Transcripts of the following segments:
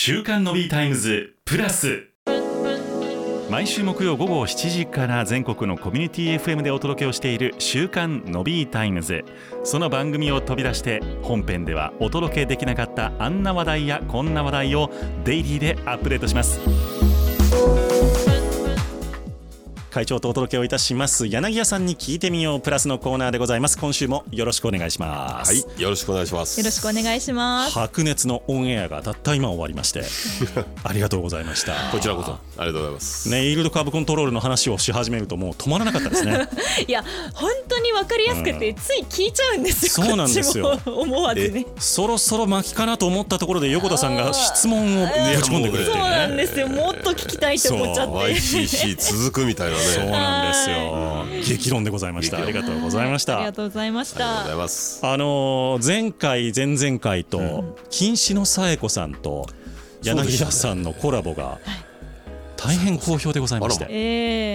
週刊の B タイムズプラス、毎週木曜午後7時から全国のコミュニティ FM でお届けをしている週刊の B タイムズ。その番組を飛び出して本編ではお届けできなかったあんな話題やこんな話題をデイリーでアップデートします。会長とお届けをいたします柳谷さんに聞いてみようプラスのコーナーでございます。今週もよろしくお願いします。 はい、よろしくお願いします。 よろしくお願いします。 白熱のオンエアがたった今終わりましてありがとうございました。 こちらこそありがとうございます。 ね、イールドカーブコントロールの話をし始めるともう止まらなかったですねいや本当に分かりやすくて、つい聞いちゃうんですよ。 そうなんですよ。 こっちも思わずね、 そろそろ巻きかなと思ったところで横田さんが質問をぶち込んでくれて、ね、 そうなんですよ。もっと聞きたいと思っちゃって YCC 続くみたいなね。 そうなんですよ。激論でございました。ありがとうございました。 ありがとうございました。 ありがとうございます。 前回前々回と金子の紗恵子さんと柳田さんのコラボが大変好評でございまして、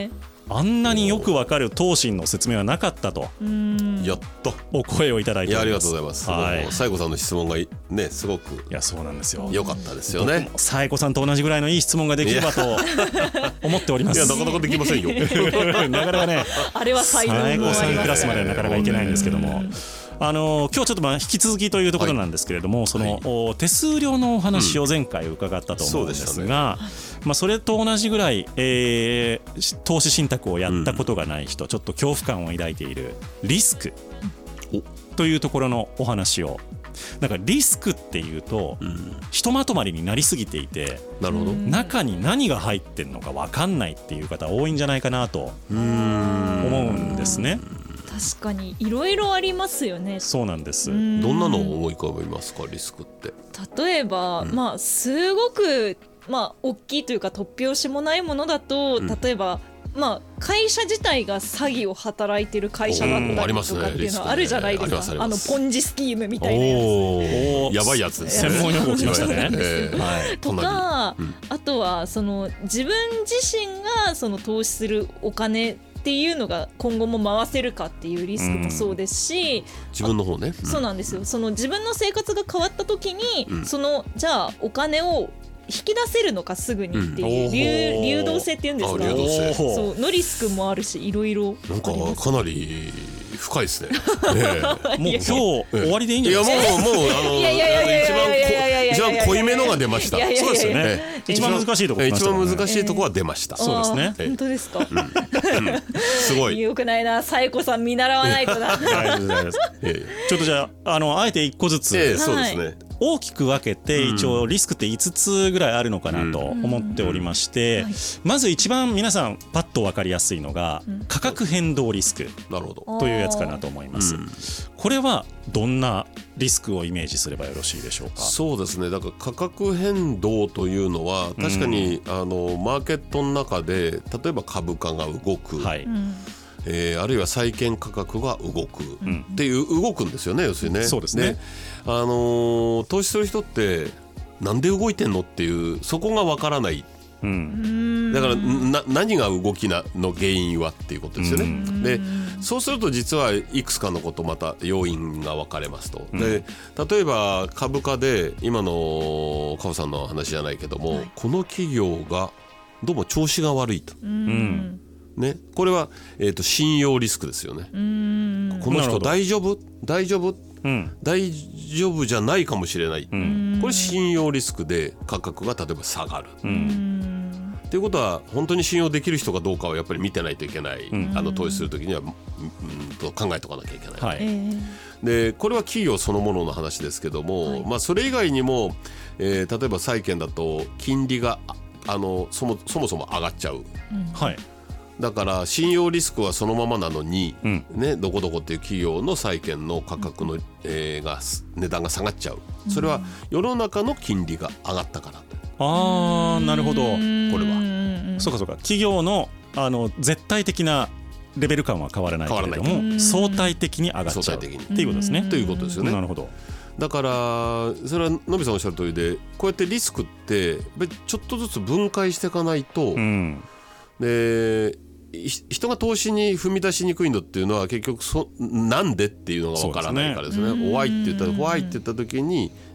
あんなによくわかる東進の説明はなかったとやっとお声をいただいております。 いやありがとうございます。紗恵子さんの質問がねすごくそうなんですよ。 良かったですよね。 紗恵子さんと同じぐらいのいい質問ができればと思っております。 いやなかなかできませんよなかなかねあれは才能もあります。 紗恵子さんクラスまではなかなかいけないんですけども、今日ちょっと引き続きというところなんですけれども、その手数料のお話を前回伺ったと思うんですが、それと同じぐらい投資信託をやったことがない人、ちょっと恐怖感を抱いているリスクというところのお話を。なんかリスクっていうとひとまとまりになりすぎていて、 なるほど、 中に何が入ってるのか分かんないっていう方多いんじゃないかなと思うんですね。 確かにいろいろありますよね。 そうなんです。 どんなのを思い浮かべますか、リスクって。 例えば、すごく大きいというか突拍子もないものだと、例えば会社自体が詐欺を働いてる会社だったりとかっていうのはあるじゃないですか。ポンジスキームみたいなやつ。 やばいやつですね。専門用語来ましたね。 とか、あとはその自分自身がその投資するお金っていうのが今後も回せるかっていうリスクもそうですし、 自分の方ね。 そうなんですよ。その自分の生活が変わった時に、そのじゃあお金を引き出せるのかすぐにっていう流動性っていうんですか、そうのリスクもあるし、いろいろなんかかなり深いですね。 もう今日終わりでいいんじゃないですか。 もう一番濃いめのが出ました。 そうですよね。一番難しいところ、 一番難しいところは出ました。 そうですね。 本当ですか。 すごい。 よくないな、紗恵子さん見習わないとな。 ちょっとじゃああえて一個ずつ。 そうですね。 大きく分けて一応リスクって5つぐらいあるのかなと思っておりまして、まず一番皆さんパッと分かりやすいのが価格変動リスクというやつかなと思います。これはどんなリスクをイメージすればよろしいでしょうか。 そうですね。だから価格変動というのは確かにマーケットの中で例えば株価が動く、あるいは債券価格が動くっていう動くんですよね、要するにね。 そうですね。 投資する人ってなんで動いてんのっていうそこがわからない、だから何が動きの原因はっていうことですよね。でそうすると実はいくつかのことまた要因が分かれますと。で例えば株価で今のカオさんの話じゃないけども、この企業がどうも調子が悪いと、ね、これは、信用リスクですよね。この人大丈夫大丈夫じゃないかもしれない、これ信用リスクで価格が例えば下がる、っていうことは本当に信用できる人かどうかはやっぱり見てないといけない、投資するときには考えておかなきゃいけない、でこれは企業そのものの話ですけども、それ以外にも、例えば債券だと金利がそもそも上がっちゃう、だから信用リスクはそのままなのに、どこどこっていう企業の債券の価格の、値段が下がっちゃう。それは世の中の金利が上がったからと。 なるほど。これはそうか企業の絶対的なレベル感は変わらないけれども相対的に上がっちゃうっていうことですね。 ということですよね。 なるほど。 だからそれはのびさんおっしゃる通りで、こうやってリスクってちょっとずつ分解していかないと、で人が投資に踏み出しにくいのっていうのは結局なんでっていうのが分からないからですね。Why って言った時に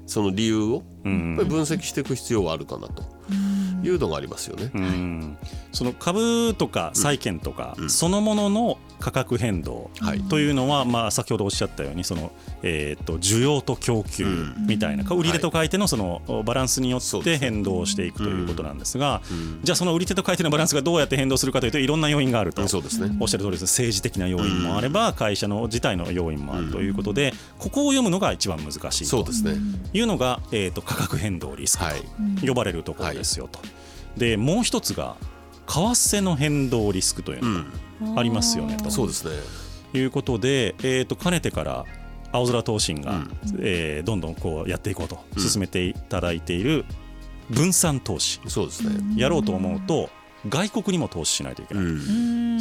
その理由をやっぱり分析していく必要はあるかなというのがありますよね。 その株とか債券とかそのものの価格変動というのは、まあ先ほどおっしゃったようにその需要と供給みたいな売り手と買い手のそのバランスによって変動していくということなんですが、じゃあその売り手と買い手のバランスがどうやって変動するかというといろんな要因があると。 そうですね。 おっしゃる通りです。政治的な要因もあれば会社の自体の要因もあるということで、ここを読むのが一番難しいというのが価格変動リスクと呼ばれるところですよと。でもう一つが為替の変動リスクというのがありますよねと。 そうですね。 いうことで、かねてから青空投信が、どんどんこうやっていこうと進めていただいている分散投資、 そうですね。 やろうと思うと外国にも投資しないといけない、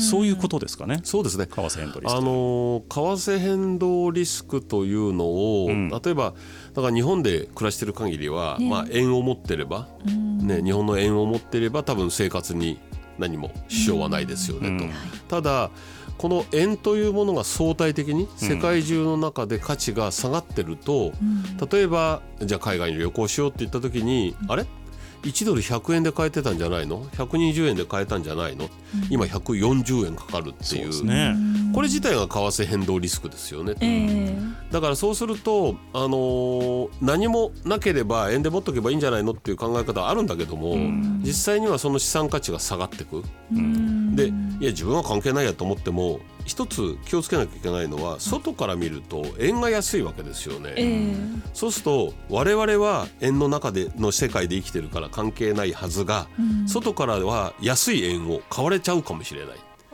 そういうことですかね。 そうですね。 為替変動リスク、 為替変動リスクというのを、例えばだから日本で暮らしている限りは、まあ、円を持ってれば、日本の円を持っていれば多分生活に何も支障はないですよねと。ただこの円というものが相対的に世界中の中で価値が下がってると、例えばじゃあ海外に旅行しようって言った時に、あれ1ドル100円で買えてたんじゃないの、120円で買えたんじゃないの、今140円かかるっていう、これ自体が為替変動リスクですよね、だからそうすると、何もなければ円で持っとけばいいんじゃないのっていう考え方はあるんだけども、実際にはその資産価値が下がっていく、でいや自分は関係ないやと思っても一つ気をつけなきゃいけないのは、外から見ると円が安いわけですよね、そうすると我々は円の中での世界で生きてるから関係ないはずが、外からは安い円を買われちゃうかもしれない。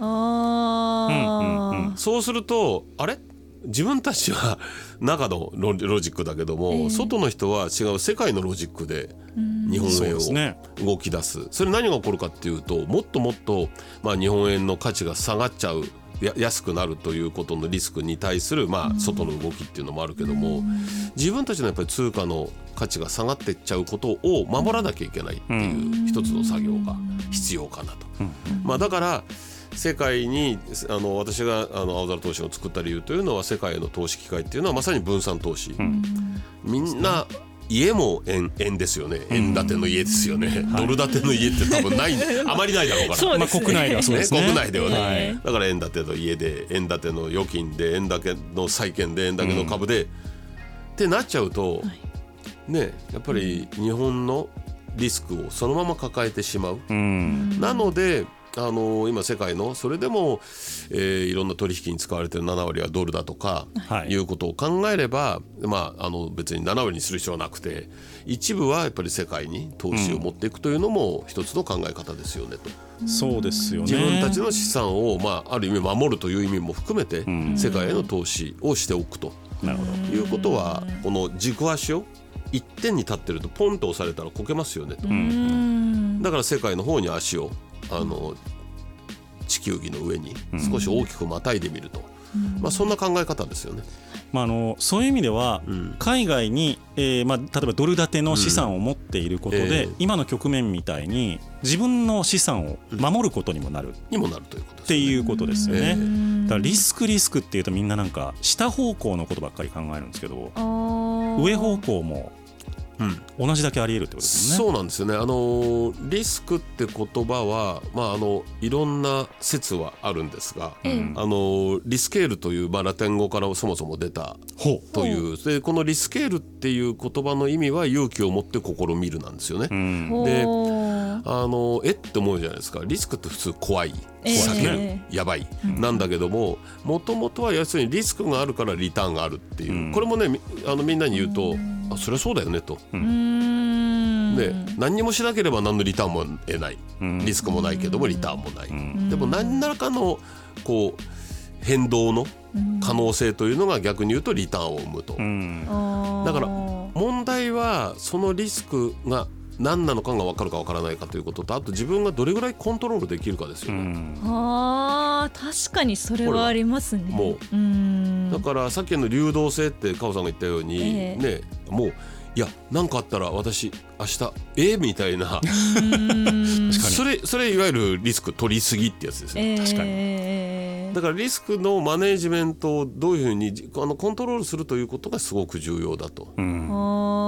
そうするとあれ自分たちは中のロジックだけども、外の人は違う世界のロジックで日本円を動き出す。それ何が起こるかっていうと、もっともっと、まあ、日本円の価値が下がっちゃう、安くなるということのリスクに対する、まあ、外の動きっていうのもあるけども、自分たちのやっぱり通貨の価値が下がっていっちゃうことを守らなきゃいけないっていう一つの作業が必要かなと。まあ、だから世界に私が青空投資を作った理由というのは、世界への投資機会っていうのはまさに分散投資、みんな家も円ですよね。円建ての家ですよね、ドル建ての家って多分ないあまりないだろうから、 まあ、国内ではそうですね。 国内ではね、だから円建ての家で、円建ての預金で、円建ての債券で、円建ての株で、ってなっちゃうと、ね、やっぱり日本のリスクをそのまま抱えてしまう、なので今世界のそれでも、いろんな取引に使われている7割はドルだとかいうことを考えれば、まあ、別に7割にする必要はなくて、一部はやっぱり世界に投資を持っていくというのも一つの考え方ですよねと。 そうですよね。 自分たちの資産を、まあ、ある意味守るという意味も含めて、世界への投資をしておくということは、この軸足を一点に立ってるとポンと押されたらこけますよねと。だから世界の方に足を地球儀の上に少し大きくまたいでみると、まあ、そんな考え方ですよね。 まあ、そういう意味では、海外に、まあ、例えばドル建ての資産を持っていることで、今の局面みたいに自分の資産を守ることにもなる、 ということですよね。 っていうことですよね。だからリスクっていうとみんななんか下方向のことばっかり考えるんですけど、上方向も同じだけあり得るってことですね。 そうなんですよね。リスクって言葉は、まあ、いろんな説はあるんですが、リスケールという、まあ、ラテン語からそもそも出たというで、このリスケールっていう言葉の意味は勇気を持って試みるなんですよね。でって思うじゃないですか。リスクって普通怖い、避ける、やばい、なんだけども、もともとは要するにリスクがあるからリターンがあるっていう、これもねみんなに言うと、それはそうだよねと。で何にもしなければ何のリターンも得ない、リスクもないけどもリターンもない、でも何らかのこう変動の可能性というのが逆に言うとリターンを生むと。だから問題はそのリスクが何なのかが分かるか分からないかということと、あと自分がどれぐらいコントロールできるかですよね。 確かにそれはありますね。 もうだからさっきの流動性ってカオさんが言ったように、ね、もういや何かあったら私明日みたいなそれいわゆるリスク取りすぎってやつですね。確かに。だからリスクのマネージメントをどういうふうにコントロールするということがすごく重要だと。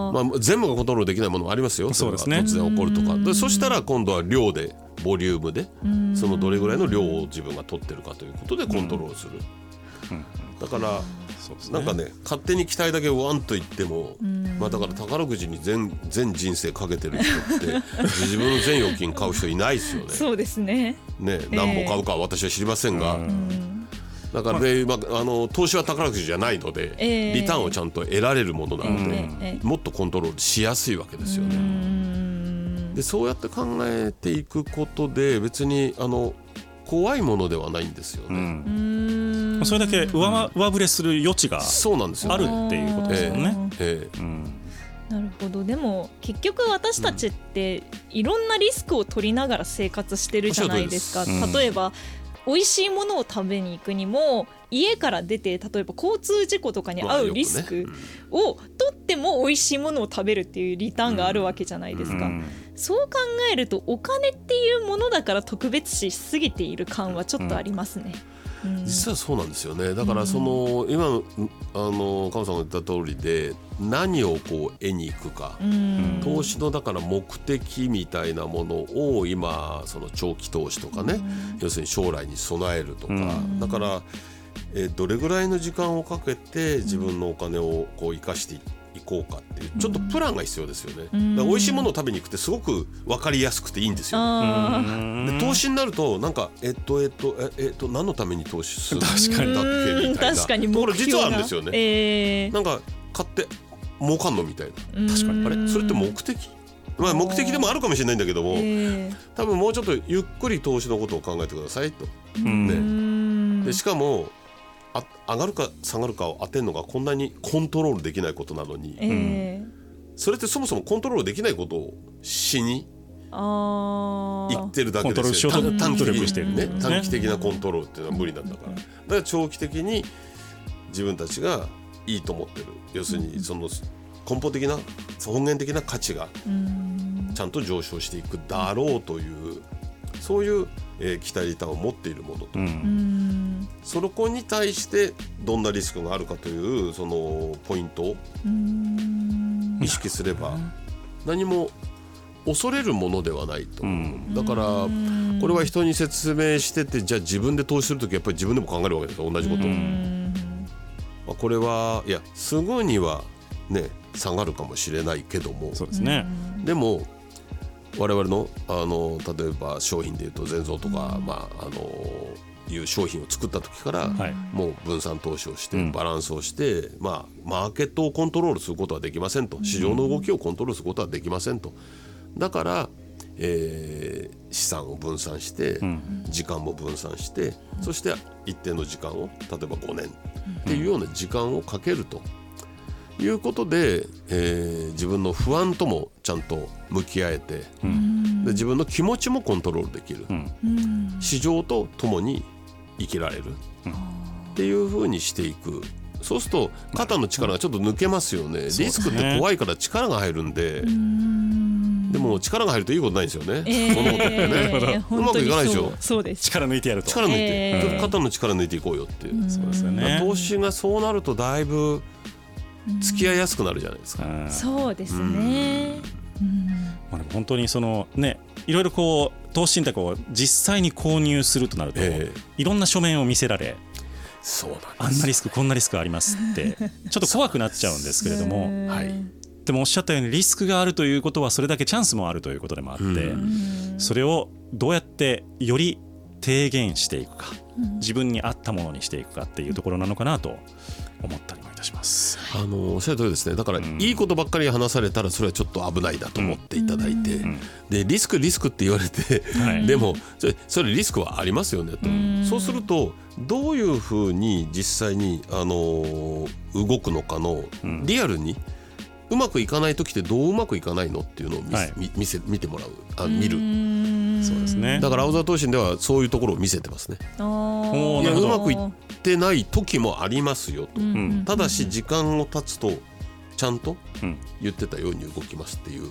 全部がコントロールできないものもありますよ。それが突然起こるとか。そしたら今度は量でボリュームでそのどれぐらいの量を自分が取ってるかということでコントロールする。だからなんかね、勝手に期待だけワンと言っても、だから宝くじに全人生かけてる人って自分の全預金買う人いないですよね。 そうですね。 何本買うかは私は知りませんが、だからね、投資は宝くじじゃないので、リターンをちゃんと得られるものなので、もっとコントロールしやすいわけですよね。でそうやって考えていくことで別に怖いものではないんですよね。 それだけ上振れする余地があるっていうことですよね。 なるほど。でも結局私たちっていろんなリスクを取りながら生活してるじゃないですか。例えば美味しいものを食べに行くにも家から出て例えば交通事故とかに遭うリスクを取っても美味しいものを食べるっていうリターンがあるわけじゃないですか。そう考えるとお金っていうものだから特別視しすぎている感はちょっとありますね。 実はそうなんですよね。だから今カムさんが言った通りで何をこう得に行くか、投資のだから目的みたいなものを今その長期投資とかね、要するに将来に備えるとか、だからどれぐらいの時間をかけて自分のお金をこう生かしていこうかっていうちょっとプランが必要ですよね。だから美味しいものを食べに行くってすごく分かりやすくていいんですよ。で投資になるとなんか何のために投資するんだっけみたいなところ実はあるんですよね。なんか買って儲かんのみたいな。確かにあれそれって目的、目的でもあるかもしれないんだけども、多分もうちょっとゆっくり投資のことを考えてくださいと。でしかも上がるか下がるかを当てるのがこんなにコントロールできないことなのに、それってそもそもコントロールできないことをしに言ってるだけですよ。短期的なコントロールっていうのは無理なんだから。だから長期的に自分たちがいいと思ってる、要するにその根本的な本源的な価値がちゃんと上昇していくだろうというそういう期待リターンを持っているものと、その子に対してどんなリスクがあるかというそのポイントを意識すれば何も恐れるものではないと。だからこれは人に説明してて、じゃあ自分で投資するときやっぱり自分でも考えるわけですよ、同じことを。これはいやすぐにはね下がるかもしれないけども、 そうですね。 でも我々の例えば商品でいうと全蔵とか、いう商品を作った時から、もう分散投資をしてバランスをして、マーケットをコントロールすることはできませんと、市場の動きをコントロールすることはできませんと。だから、資産を分散して、時間も分散して、そして一定の時間を例えば5年っていうような時間をかけるということで、自分の不安ともちゃんと向き合えて、で自分の気持ちもコントロールできる、市場と共に生きられる、っていう風にしていく。そうすると肩の力がちょっと抜けますよね。リスクって怖いから力が入るんで、でも力が入るといいことないんですよね、物事ってね。うまくいかないでしょ。 そうです。 力抜いてやると、 力抜いて、肩の力抜いていこうよっていう。 そうですよね。 投資がそうなるとだいぶ付き合いやすくなるじゃないですか。 そうですね。 でも本当にそのね、いろいろこう投資信託を実際に購入するとなると、いろんな書面を見せられ、 そうなんです、 あんなリスクこんなリスクありますってちょっと怖くなっちゃうんですけれども、でもおっしゃったようにリスクがあるということはそれだけチャンスもあるということでもあって、それをどうやってより低減していくか、自分に合ったものにしていくかっていうところなのかなと思ったりもいたします。 おっしゃる通りですね。だからいいことばっかり話されたらそれはちょっと危ないだと思っていただいて、でリスクって言われて、でもそれリスクはありますよねと。そうするとどういうふうに実際に動くのかのリアルにうまくいかない時ってどううまくいかないのっていうのを見てもらう、見る。 そうですね。 だから青空投信ではそういうところを見せてますね。いやうまくいってない時もありますよと、ただし時間を経つとちゃんと言ってたように動きますっていう、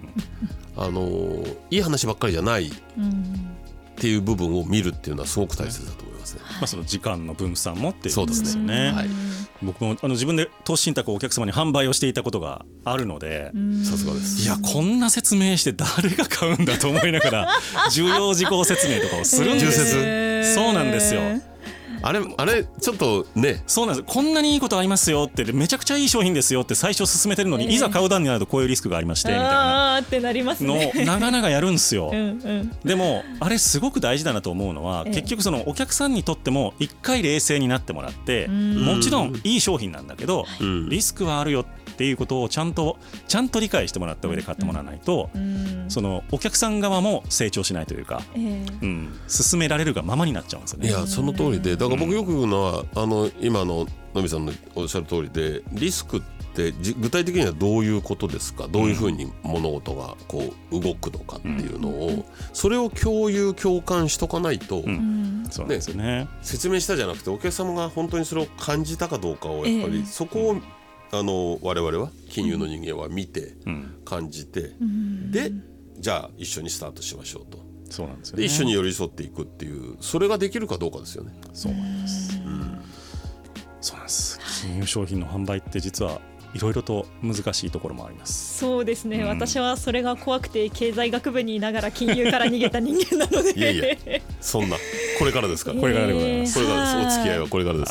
いい話ばっかりじゃないっていう部分を見るっていうのはすごく大切だと思いますね。 その時間の分散もっていうことですよね。 僕も自分で投資信託をお客様に販売をしていたことがあるので、 さすがです。 いやこんな説明して誰が買うんだと思いながら重要事項説明とかをするんですよ。そうなんですよ。 あれちょっとね、 そうなんです。こんなにいいことありますよってめちゃくちゃいい商品ですよって最初進めてるのに、いざ買う段になるとこういうリスクがありましてみたいなってなりますねの長々やるんですよでもあれすごく大事だなと思うのは、結局そのお客さんにとっても一回冷静になってもらって、もちろんいい商品なんだけど、リスクはあるよっていうことをちゃんと理解してもらった上で買ってもらわないと、そのお客さん側も成長しないというか、進められるがままになっちゃうんですよね。 いやその通りで、だから僕よく言うのは今ののみさんのおっしゃる通りで、リスクって具体的にはどういうことですか、どういうふうに物事がこう動くのかっていうのを、それを共感しとかないと、 そうですよね。 説明したじゃなくてお客様が本当にそれを感じたかどうかをやっぱりそこを我々は金融の人間は見て感じて、でじゃあ一緒にスタートしましょうと。 そうなんですよね。 で一緒に寄り添っていくっていう、それができるかどうかですよね。 そうなんです、そうなんです。金融商品の販売って実はいろいろと難しいところもあります。 そうですね、私はそれが怖くて経済学部にいながら金融から逃げた人間なのでいやいやそんなこれからですから、 これからでございます。 これからです。お付き合いはこれからです、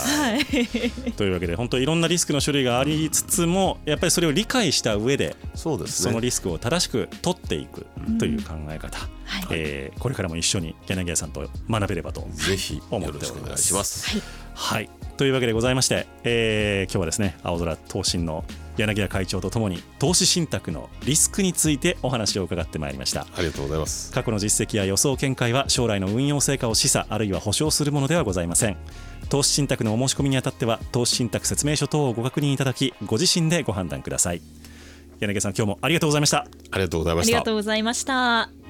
というわけで本当いろんなリスクの種類がありつつも、やっぱりそれを理解した上で、 そうですね、 そのリスクを正しく取っていくという考え方、これからも一緒に柳家さんと学べればと思っております。 ぜひよろしくお願いします。 はい、というわけでございまして、今日はですね、青空投信の柳家会長とともに投資信託のリスクについてお話を伺ってまいりました。 ありがとうございます。 過去の実績や予想見解は将来の運用成果を示唆あるいは保証するものではございません。投資信託のお申し込みにあたっては投資信託説明書等をご確認いただき、ご自身でご判断ください。柳家さん、今日もありがとうございました。 ありがとうございました。 ありがとうございました。